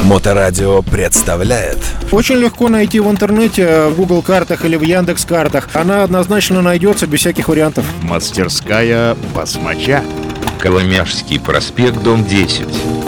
Моторадио представляет. Очень легко найти в интернете, в Google картах или в Яндекс картах. Она однозначно найдется без всяких вариантов. Мастерская басмача. Коломяжский проспект, дом 10.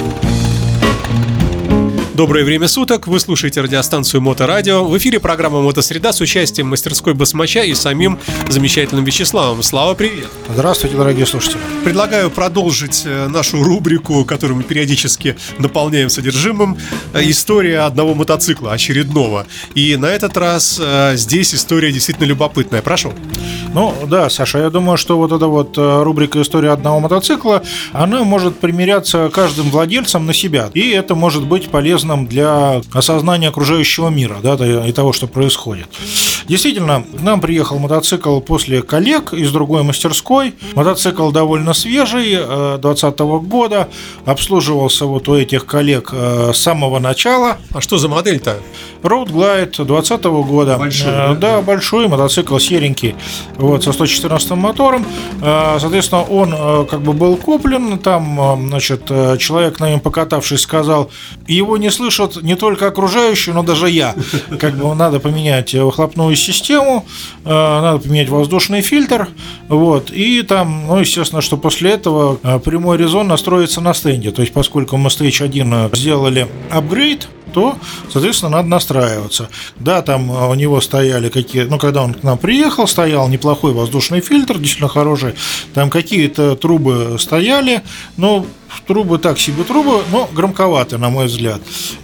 Доброе время суток, вы слушаете радиостанцию Моторадио. В эфире программа «Мотосреда» с участием мастерской басмача и самим замечательным Вячеславом. Слава, привет! Здравствуйте, дорогие слушатели. Предлагаю продолжить нашу рубрику, которую мы периодически наполняем содержимым. История одного мотоцикла, очередного. И на этот раз здесь история действительно любопытная. Прошу. Ну да, Саша, я думаю, что вот эта вот рубрика «История одного мотоцикла», она может примеряться каждым владельцем на себя. И это может быть полезным для осознания окружающего мира, да, и того, что происходит. Действительно, к нам приехал мотоцикл после коллег из другой мастерской. Мотоцикл довольно свежий, 2020 года. Обслуживался вот у этих коллег с самого начала. А что за модель-то? Road Glide 2020 года. Большой, да, большой мотоцикл, серенький, вот, со 114 мотором. Соответственно, он как бы был куплен. Там, значит, человек, на нем покатавшись, сказал, его не слышат не только окружающие, но даже я. Как бы надо поменять выхлопную систему, надо поменять воздушный фильтр, вот, и там, ну, естественно, что после этого прямой резон настроиться на стенде, то есть, поскольку мы Stage 1 сделали апгрейд, то, соответственно, надо настраиваться. Да, там у него стояли какие... Ну, когда он к нам приехал, стоял неплохой воздушный фильтр, действительно хороший. Там какие-то трубы стояли, но трубы так себе трубы, но громковаты, на мой взгляд.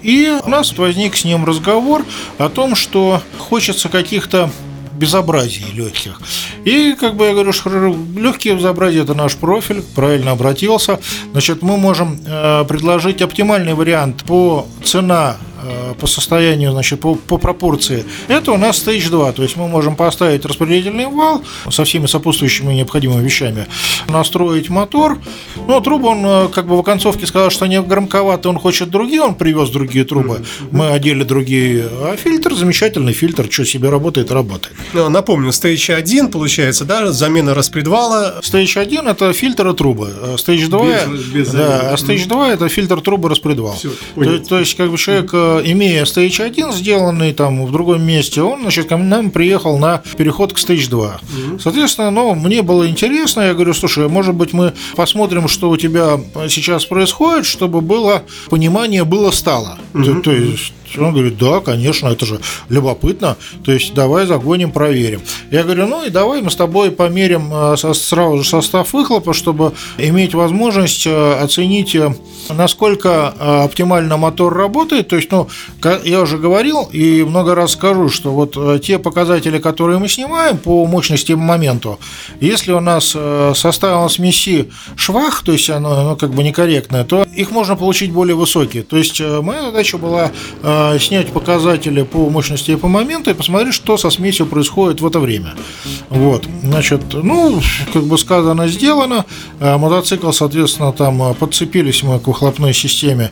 И у нас возник с ним разговор о том, что хочется каких-то безобразий легких. И, как бы я говорю, что легкие безобразия – это наш профиль, правильно обратился. Значит, мы можем предложить оптимальный вариант по цена, по состоянию, значит, по пропорции. Это у нас Stage 2, то есть мы можем поставить распределительный вал со всеми сопутствующими необходимыми вещами, настроить мотор. Но трубы он как бы в оконцовке сказал, что они громковаты, он хочет другие, он привез другие трубы, мы одели другие, а фильтр, замечательный фильтр, что себе работает, работает. Напомню, Stage 1, получается, да, замена распредвала. Stage 1 – это фильтр и трубы, Stage 2, да, а Stage 2 – это фильтр, трубы, распредвал. То есть, как бы человек, имея Stage 1, сделанный там в другом месте, он, значит, к нам приехал на переход к Stage 2. Соответственно, ну, мне было интересно, я говорю, слушай, может быть, мы посмотрим, что у тебя сейчас происходит, чтобы было понимание, было стало. То есть он говорит, да, конечно, это же любопытно, то есть давай загоним, проверим. Я говорю, ну и давай мы с тобой померим сразу же состав выхлопа, чтобы иметь возможность оценить, насколько оптимально мотор работает. То есть, ну, я уже говорил и много раз скажу, что вот те показатели, которые мы снимаем по мощности и моменту, если у нас составом смеси швах, то есть оно как бы некорректное, то их можно получить более высокие. То есть моя задача была снять показатели по мощности и по моменту и посмотреть, что со смесью происходит в это время. Вот, значит, ну, как бы сказано, сделано. Мотоцикл, соответственно, там подцепились мы к выхлопной системе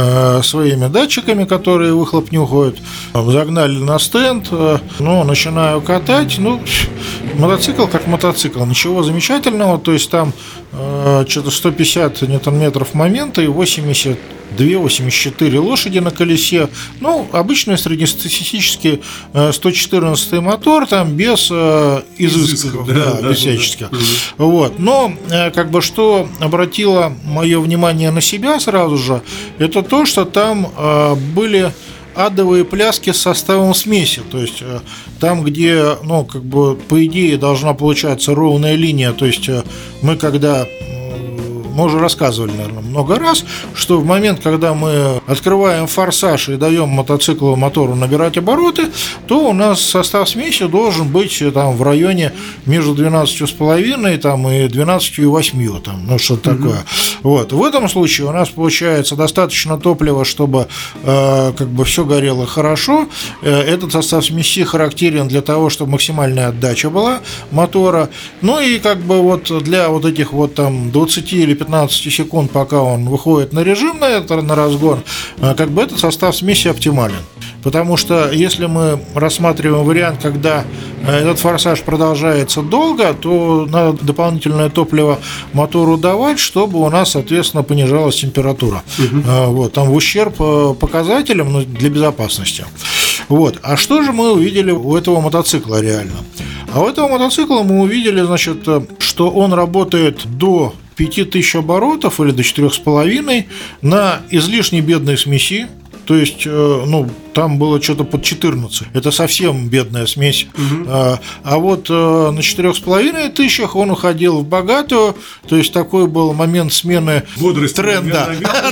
своими датчиками, которые выхлоп нюхают, загнали на стенд, ну, начинаю катать, ну, мотоцикл как мотоцикл, ничего замечательного, то есть там что-то 150 ньютон-метров момента и 82-84 лошади на колесе. Ну, обычный среднестатистический 114 мотор, там без изысков, да, без всяческих. Вот. Но, как бы, что обратило мое внимание на себя сразу же, это то, что там были адовые пляски с составом смеси, то есть там, где, ну, как бы, по идее, должна получаться ровная линия, то есть мы когда... Мы уже рассказывали, наверное, много раз, что в момент, когда мы открываем форсаж и даем мотоциклу, мотору набирать обороты, то у нас состав смеси должен быть там в районе между 12,5 там, и 12,8, там, ну, что-то такое. Вот. В этом случае у нас получается достаточно топлива, чтобы как бы все горело хорошо. Этот состав смеси характерен для того, чтобы максимальная отдача была мотора. Ну и как бы вот для вот этих вот там 20 или 15 секунд, пока он выходит на режим, на разгон, как бы этот состав смеси оптимален. Потому что если мы рассматриваем вариант, когда этот форсаж продолжается долго, то надо дополнительное топливо мотору давать, чтобы у нас, соответственно, понижалась температура. Вот, там в ущерб показателям, но для безопасности. Вот. А что же мы увидели у этого мотоцикла реально? А у этого мотоцикла мы увидели, значит, что он работает до 5000 оборотов или до 4,5 на излишне бедной смеси. То есть, там было что-то под 14. Это совсем бедная смесь. А вот на 4,5 тысячах он уходил в богатую. То есть, такой был момент смены тренда.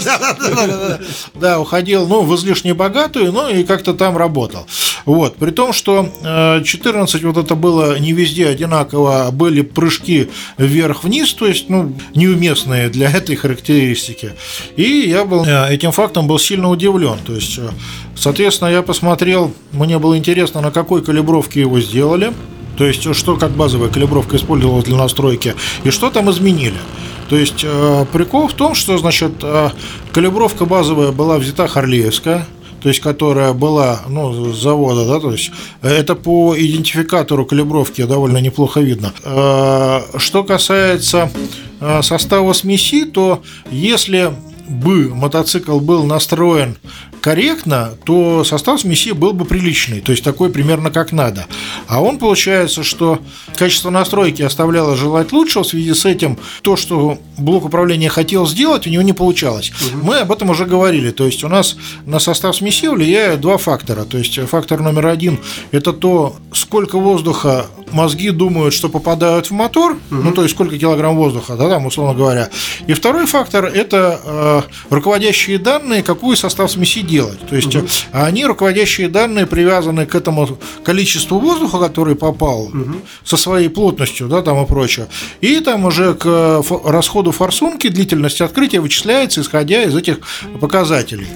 Да, уходил в излишне богатую, и как-то там работал. Вот. При том, что 14 вот это было не везде одинаково, были прыжки вверх-вниз, то есть, неуместные для этой характеристики. И я был этим фактом был сильно удивлен. То есть, соответственно, я посмотрел, мне было интересно, на какой калибровке его сделали, то есть, что как базовая калибровка использовалась для настройки, и что там изменили. То есть, прикол в том, что, значит, калибровка базовая была взята харлеевская, то есть, которая была, с завода, да, то есть, это по идентификатору калибровки довольно неплохо видно. Что касается состава смеси, то если бы мотоцикл был настроен корректно, то состав смеси был бы приличный, то есть такой примерно как надо. А он, получается, что качество настройки оставляло желать лучшего, в связи с этим то, что блок управления хотел сделать, у него не получалось. Мы об этом уже говорили, то есть у нас на состав смеси влияют два фактора. То есть фактор номер один – это то, сколько воздуха мозги думают, что попадают в мотор, то есть сколько килограмм воздуха, да, там, условно говоря. И второй фактор – это руководящие данные, какой состав смеси делать. То есть они, руководящие данные, привязаны к этому количеству воздуха, который попал, со своей плотностью, да, там и прочее. И там уже к расходу форсунки длительность открытия вычисляется, исходя из этих показателей.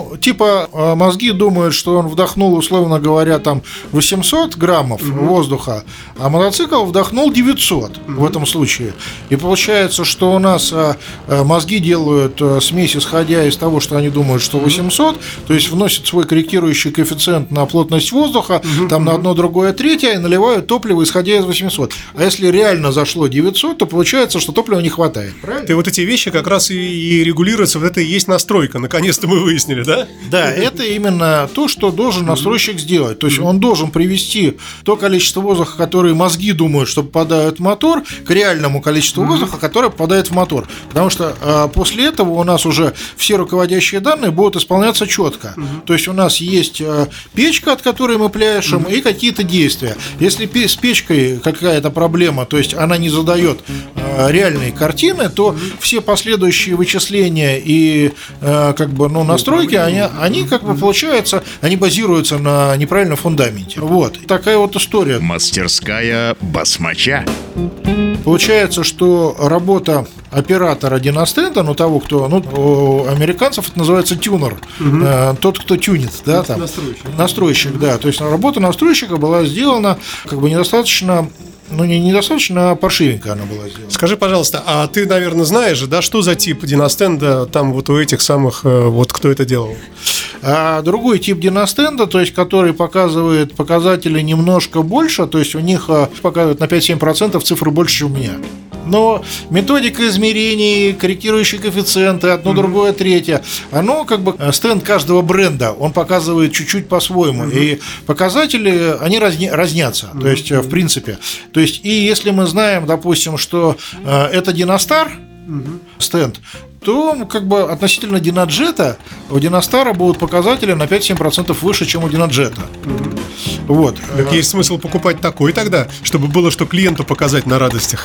Мозги думают, что он вдохнул, условно говоря, там 800 граммов воздуха, а мотоцикл вдохнул 900 в этом случае. И получается, что у нас мозги делают смесь, исходя из того, что они думают, что 800, то есть вносят свой корректирующий коэффициент на плотность воздуха, там на одно, другое, третье, и наливают топливо, исходя из 800. А если реально зашло 900, то получается, что топлива не хватает. Правильно? И вот эти вещи как раз и регулируются, вот это и есть настройка, наконец-то мы выяснили, да? Да, это именно то, что должен настройщик сделать. То есть он должен привести то количество воздуха, которое мозги думают, что попадают в мотор, к реальному количеству воздуха, которое попадает в мотор. Потому что после этого у нас уже все руководящие данные будут исполняться четко. То есть у нас есть печка, от которой мы пляшем, и какие-то действия. Если с печкой какая-то проблема, то есть она не задает реальные картины, то все последующие вычисления и настройки, они получается, они базируются на неправильном фундаменте. Вот. Такая вот история. Мастерская басмача. Получается, что работа оператора диностенда, того, кто, у американцев это называется тюнер, тот, кто тюнит, да, там, настройщик, да, то есть работа настройщика была сделана недостаточно, недостаточно паршивенько она была сделана. Скажи, пожалуйста, а ты, наверное, знаешь же, да, что за тип диностенда там вот у этих самых, кто это делал? А другой тип диностенда, то есть который показывает показатели немножко больше, то есть у них показывают на 5-7% цифры больше, чем у меня. Но методика измерений, корректирующие коэффициенты, одно, другое, третье, оно стенд каждого бренда, он показывает чуть-чуть по-своему, и показатели, они разнятся, то есть в принципе. То есть и если мы знаем, допустим, что это Диностар, стенд, то относительно Диноджета у Диностара будут показатели на 5-7% выше, чем у Диноджета. Вот. Так есть смысл покупать такой тогда, чтобы было что клиенту показать на радостях?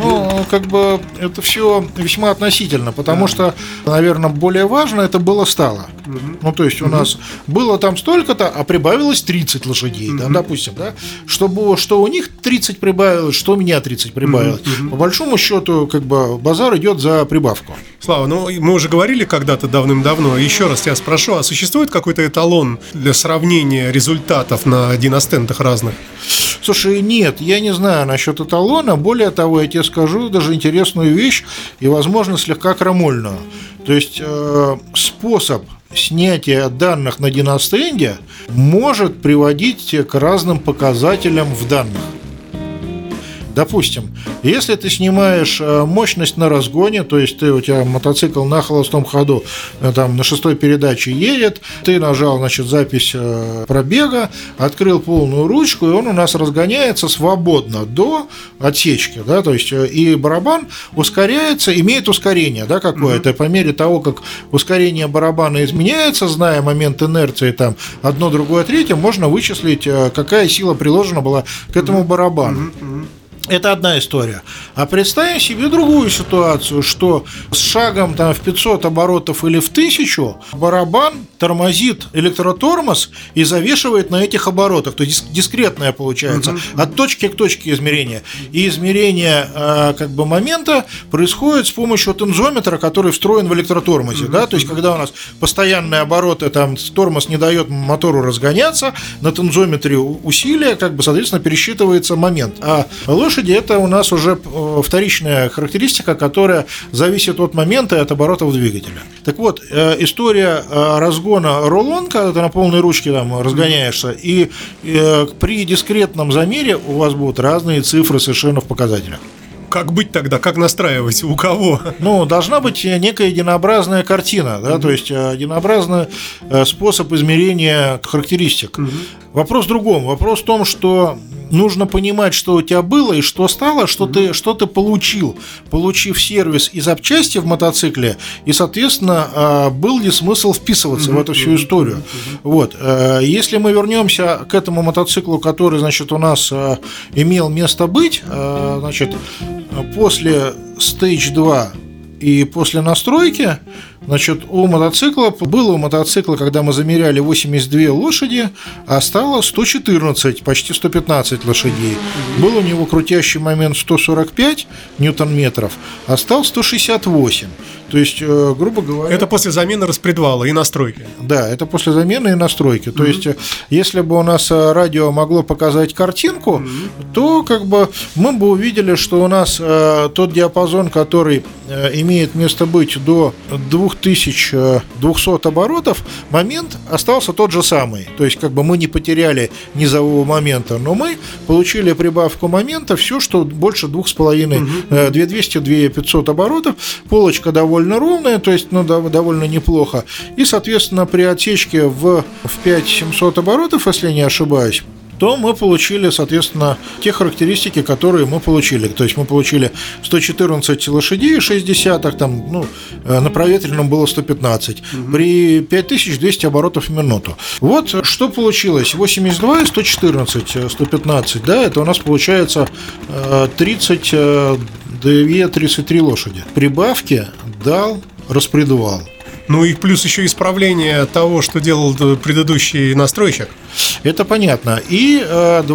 Это все весьма относительно, потому что, наверное, более важно это было-стало. То есть у нас было там столько-то, а прибавилось 30 лошадей, да, допустим, да, что у них 30 прибавилось, что у меня 30 прибавилось. По большому счету, базар идет за прибавку. Слава, мы уже говорили когда-то давным-давно, еще раз тебя спрошу, а существует какой-то эталон для сравнения результатов на диностендах разных? Слушай, нет, я не знаю насчет эталона. Более того, я тебе скажу даже интересную вещь и, возможно, слегка крамольную. То есть способ снятие данных на династенде может приводить к разным показателям в данных. Допустим, если ты снимаешь мощность на разгоне, то есть у тебя мотоцикл на холостом ходу там, на 6-й передаче едет, ты нажал, значит, запись пробега, открыл полную ручку, и он у нас разгоняется свободно до отсечки, да, то есть и барабан ускоряется, имеет ускорение, да, какое-то, по мере того, как ускорение барабана изменяется, зная момент инерции, там, одно, другое, третье, можно вычислить, какая сила приложена была к этому барабану. Это одна история. А представим себе другую ситуацию, что с шагом там, в 500 оборотов или в 1000 барабан тормозит электротормоз и завешивает на этих оборотах. То есть дискретное получается от точки к точке измерения. И измерение как бы момента происходит с помощью тензометра, который встроен в электротормозе. Да? То есть когда у нас постоянные обороты, там тормоз не дает мотору разгоняться, на тензометре усилия, как бы, соответственно, пересчитывается момент. А лошади — это у нас уже вторичная характеристика, которая зависит от момента и от оборотов двигателя. Так вот, история разгона рулон, когда ты на полной ручке там разгоняешься, и при дискретном замере у вас будут разные цифры совершенно в показателях. Как быть тогда? Как настраивать? У кого? Ну, должна быть некая единообразная картина, да, то есть единообразный способ измерения характеристик. Вопрос в другом. Вопрос в том, что нужно понимать, что у тебя было и что стало, что ты получил, получив сервис и запчасти в мотоцикле, и, соответственно, был ли смысл вписываться в эту всю историю. Вот. Если мы вернемся к этому мотоциклу, который, значит, у нас имел место быть, значит, после Stage 2 и после настройки, значит, у мотоцикла, когда мы замеряли 82 лошади, а стало 114, почти 115 лошадей. Был у него крутящий момент 145 ньютон-метров, а стал 168. То есть, грубо говоря... Это после замены распредвала и настройки. Да, это после замены и настройки. То есть, если бы у нас радио могло показать картинку, то как бы мы бы увидели, что у нас тот диапазон, который имеет место быть до 2200 оборотов, момент остался тот же самый. То есть, как бы мы не потеряли низового момента, но мы получили прибавку момента, все, что больше 2,5, 2200-2500 оборотов, полочка довольно ровная, то есть, ну, довольно неплохо. И, соответственно, при отсечке в 5700 оборотов, если я не ошибаюсь, то мы получили, соответственно, те характеристики, которые мы получили. То есть мы получили 114 лошадей, 60, там, ну, на проветренном было 115, при 5200 оборотов в минуту. Вот что получилось. 82 и 114, 115, да, это у нас получается 32-33 лошади. Прибавки дал распредвал. Ну и плюс еще исправление того, что делал предыдущий настройщик. Это понятно. И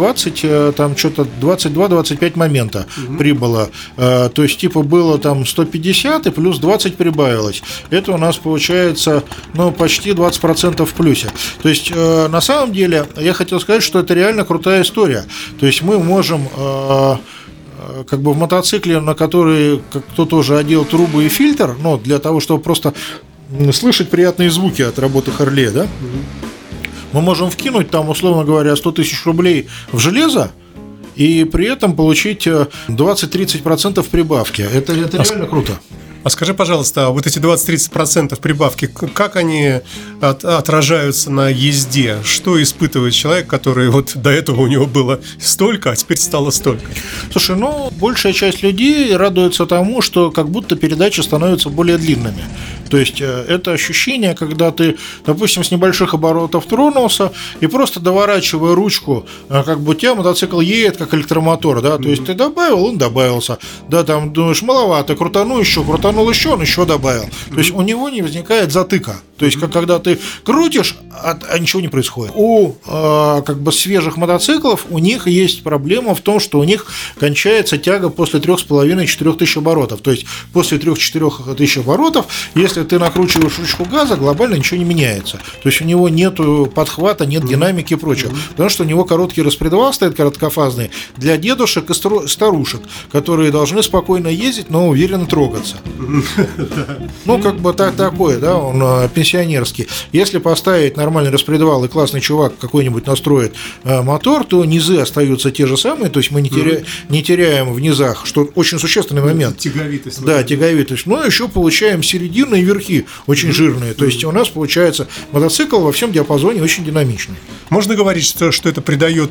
22-25 момента прибыло. То есть, типа, было там 150 и плюс 20 прибавилось. Это у нас получается, ну, почти 20% в плюсе. То есть, на самом деле, я хотел сказать, что это реально крутая история. То есть, мы можем... как бы в мотоцикле, на который кто-то уже одел трубы и фильтр, ну, для того, чтобы просто слышать приятные звуки от работы Харлея, да? Мы можем вкинуть там, условно говоря, 100 тысяч рублей в железо и при этом получить 20-30% прибавки. Это реально круто. А скажи, пожалуйста, вот эти 20-30% прибавки, как они отражаются на езде? Что испытывает человек, который вот до этого у него было столько, а теперь стало столько? Слушай, ну, большая часть людей радуется тому, что как будто передачи становятся более длинными. То есть это ощущение, когда ты, допустим, с небольших оборотов тронулся и просто доворачивая ручку, как бы у тебя мотоцикл едет как электромотор, да, то есть ты добавил, он добавился, да, там думаешь, маловато, крутанул еще, он еще добавил. То есть у него не возникает затыка. То есть, как когда ты крутишь, а ничего не происходит. У как бы свежих мотоциклов у них есть проблема в том, что у них кончается тяга после 3,5-4 тысяч оборотов. То есть после 3-4 тысяч оборотов, если если ты накручиваешь ручку газа, глобально ничего не меняется. То есть у него нет подхвата, нет динамики и прочего. Потому что у него короткий распредвал стоит, короткофазный, для дедушек и старушек, которые должны спокойно ездить, но уверенно трогаться. Ну, как бы такое, да, он пенсионерский. Если поставить нормальный распредвал и классный чувак какой-нибудь настроит мотор, то низы остаются те же самые, то есть мы не теряем в низах, что очень существенный момент. Тяговитость. Да, тяговитость. Но еще получаем середины и верхи очень жирные. То есть у нас получается мотоцикл во всем диапазоне очень динамичный. Можно говорить, что это придает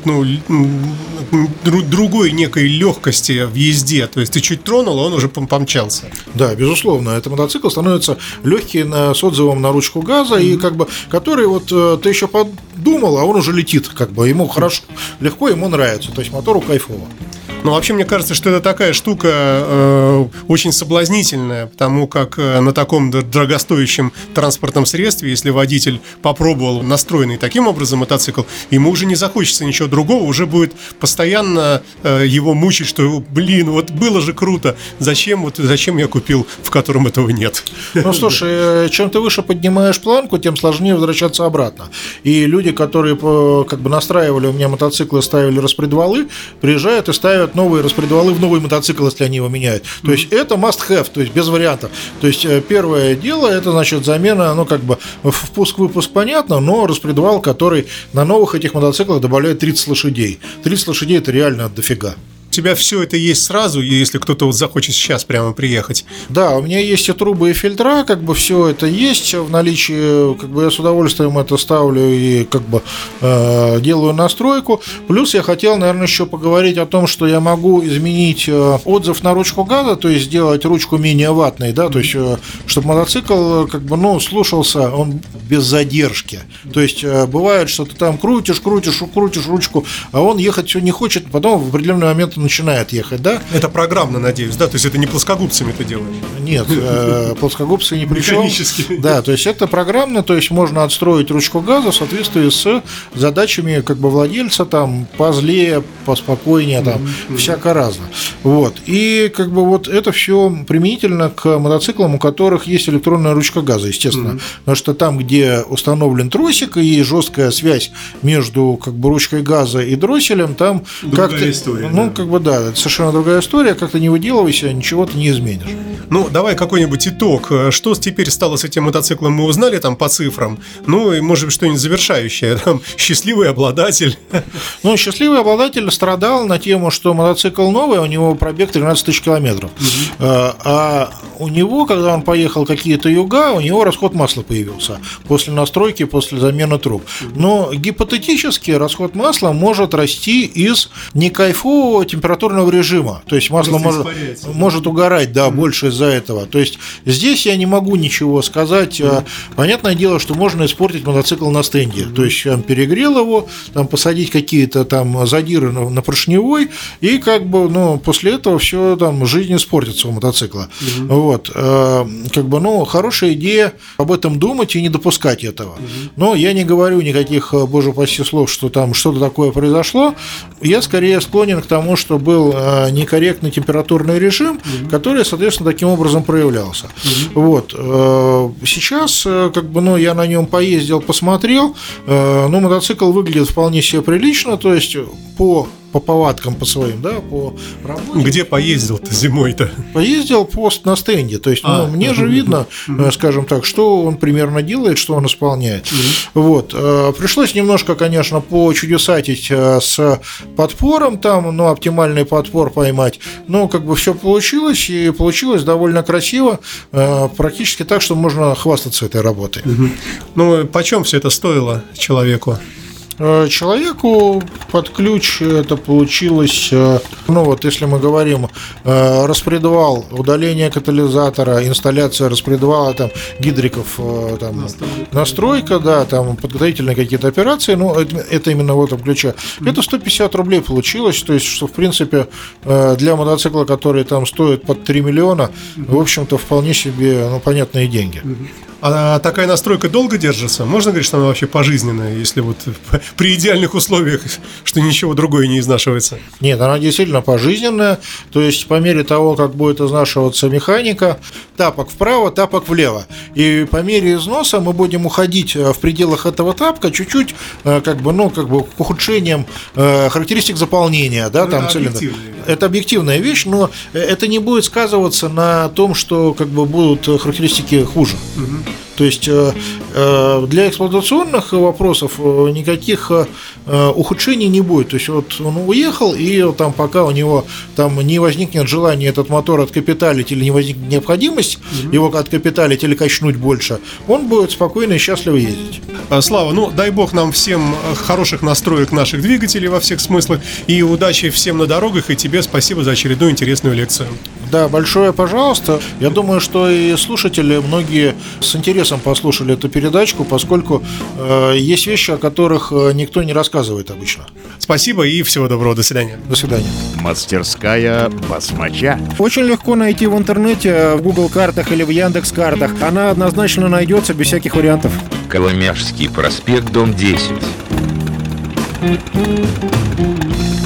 другой некой легкости в езде. То есть ты чуть тронул, а он уже помчался. Да, безусловно. Этот мотоцикл становится легкий с отзывом на ручку газа, и как бы который вот ты еще подумал, а он уже летит. Как бы ему хорошо, легко, ему нравится. То есть мотору кайфово. Но вообще мне кажется, что это такая штука очень соблазнительная, потому как на таком дорогостоящем транспортном средстве, если водитель попробовал настроенный таким образом мотоцикл, ему уже не захочется ничего другого, уже будет постоянно его мучить, что, блин, вот было же круто, зачем я купил, в котором этого нет. Ну, слушай, чем ты выше поднимаешь планку, тем сложнее возвращаться обратно. И люди, которые как бы настраивали у меня мотоциклы, ставили распредвалы, приезжают и ставят новые распредвалы в новый мотоцикл, если они его меняют. То есть это must have, то есть без вариантов. То есть первое дело, это значит замена, ну как бы впуск-выпуск понятно, но распредвал, который на новых этих мотоциклах добавляет 30 лошадей. 30 лошадей это реально дофига. У тебя все это есть сразу, если кто-то вот захочет сейчас прямо приехать? Да, у меня есть и трубы, и фильтра, как бы все это есть в наличии, как бы я с удовольствием это ставлю и как бы делаю настройку. Плюс я хотел, наверное, еще поговорить о том, что я могу изменить отзыв на ручку газа, то есть сделать ручку менее ватной, да, то есть чтобы мотоцикл как бы, ну, слушался он без задержки. То есть бывает, что ты там крутишь ручку, а он ехать все не хочет, потом в определенный момент начинает ехать, да? Это программно, надеюсь, да? То есть это не плоскогубцами ты делаешь? Нет, плоскогубцы ни при чем. Механически. Да, то есть это программно, то есть можно отстроить ручку газа в соответствии с задачами как бы владельца, там, позлее, поспокойнее, там, всяко разно. Вот. И как бы вот это все применительно к мотоциклам, у которых есть электронная ручка газа, естественно. Потому что там, где установлен тросик и есть жесткая связь между как бы ручкой газа и дросселем, там как-то, история, ну, да. как бы да, это совершенно другая история, как-то не выделывайся, ничего ты не изменишь. Ну, давай какой-нибудь итог. Что теперь стало с этим мотоциклом, мы узнали там по цифрам. Ну, и может быть что-нибудь завершающее. Там, счастливый обладатель. Ну, счастливый обладатель страдал на тему, что мотоцикл новый, у него пробег 13 тысяч километров. А у него, когда он поехал какие-то юга, у него расход масла появился после настройки, после замены труб. Но гипотетически расход масла может расти из некайфового температурного режима. То есть масло может угорать, да, больше из-за этого. То есть здесь я не могу ничего сказать. Понятное дело, что можно испортить мотоцикл на стенде. То есть там перегрел его, там посадить какие-то там задиры на поршневой, и как бы, ну, после этого все там жизнь испортится у мотоцикла. Вот. Как бы, ну, хорошая идея об этом думать и не допускать этого. Но я не говорю никаких, боже упаси, слов, что там что-то такое произошло. Я скорее склонен к тому, что был некорректный температурный режим, который, соответственно, таким образом проявлялся. Вот. Сейчас, как бы, ну, я на нем поездил, посмотрел, ну, мотоцикл выглядит вполне себе прилично, то есть по повадкам по своим, да, по работе. Где поездил-то зимой-то? Поездил пост на стенде, то есть ну, мне же видно, скажем так, что он примерно делает, что он исполняет. Вот. Пришлось немножко, конечно, почудесатить с подпором там, ну, оптимальный подпор поймать, но как бы все получилось, и получилось довольно красиво, практически так, что можно хвастаться этой работой. Ну, почем все это стоило человеку? Человеку под ключ это получилось, ну вот если мы говорим распредвал, удаление катализатора, инсталляция распредвала, там гидриков, там, настройка, да, там подготовительные какие-то операции, ну это именно в этом ключе, это 150 рублей получилось, то есть что в принципе для мотоцикла, который там стоит под 3 миллиона, в общем-то вполне себе, ну, понятные деньги. А такая настройка долго держится? Можно говорить, что она вообще пожизненная, если вот при идеальных условиях, что ничего другое не изнашивается? Нет, она действительно пожизненная, то есть по мере того, как будет изнашиваться механика, тапок вправо, тапок влево, и по мере износа мы будем уходить в пределах этого тапка чуть-чуть, как бы к ухудшениям характеристик заполнения, да, там цилиндр. Это объективная вещь, но это не будет сказываться на том, что как бы будут характеристики хуже. То есть для эксплуатационных вопросов никаких ухудшений не будет. То есть вот он уехал, и там пока у него там не возникнет желание этот мотор откапиталить или не возникнет необходимость его откапиталить или качнуть больше, он будет спокойно и счастливо ездить. Слава, ну дай бог нам всем хороших настроек наших двигателей во всех смыслах, и удачи всем на дорогах, и тебе спасибо за очередную интересную лекцию. Да, большое пожалуйста. Я думаю, что и слушатели многие с интересом послушали эту передачку, поскольку есть вещи, о которых никто не рассказывает обычно. Спасибо и всего доброго. До свидания. До свидания. Мастерская Басмача. Очень легко найти в интернете, в Google картах или в Яндекс картах. Она однозначно найдется без всяких вариантов. Коломяжский проспект, дом 10.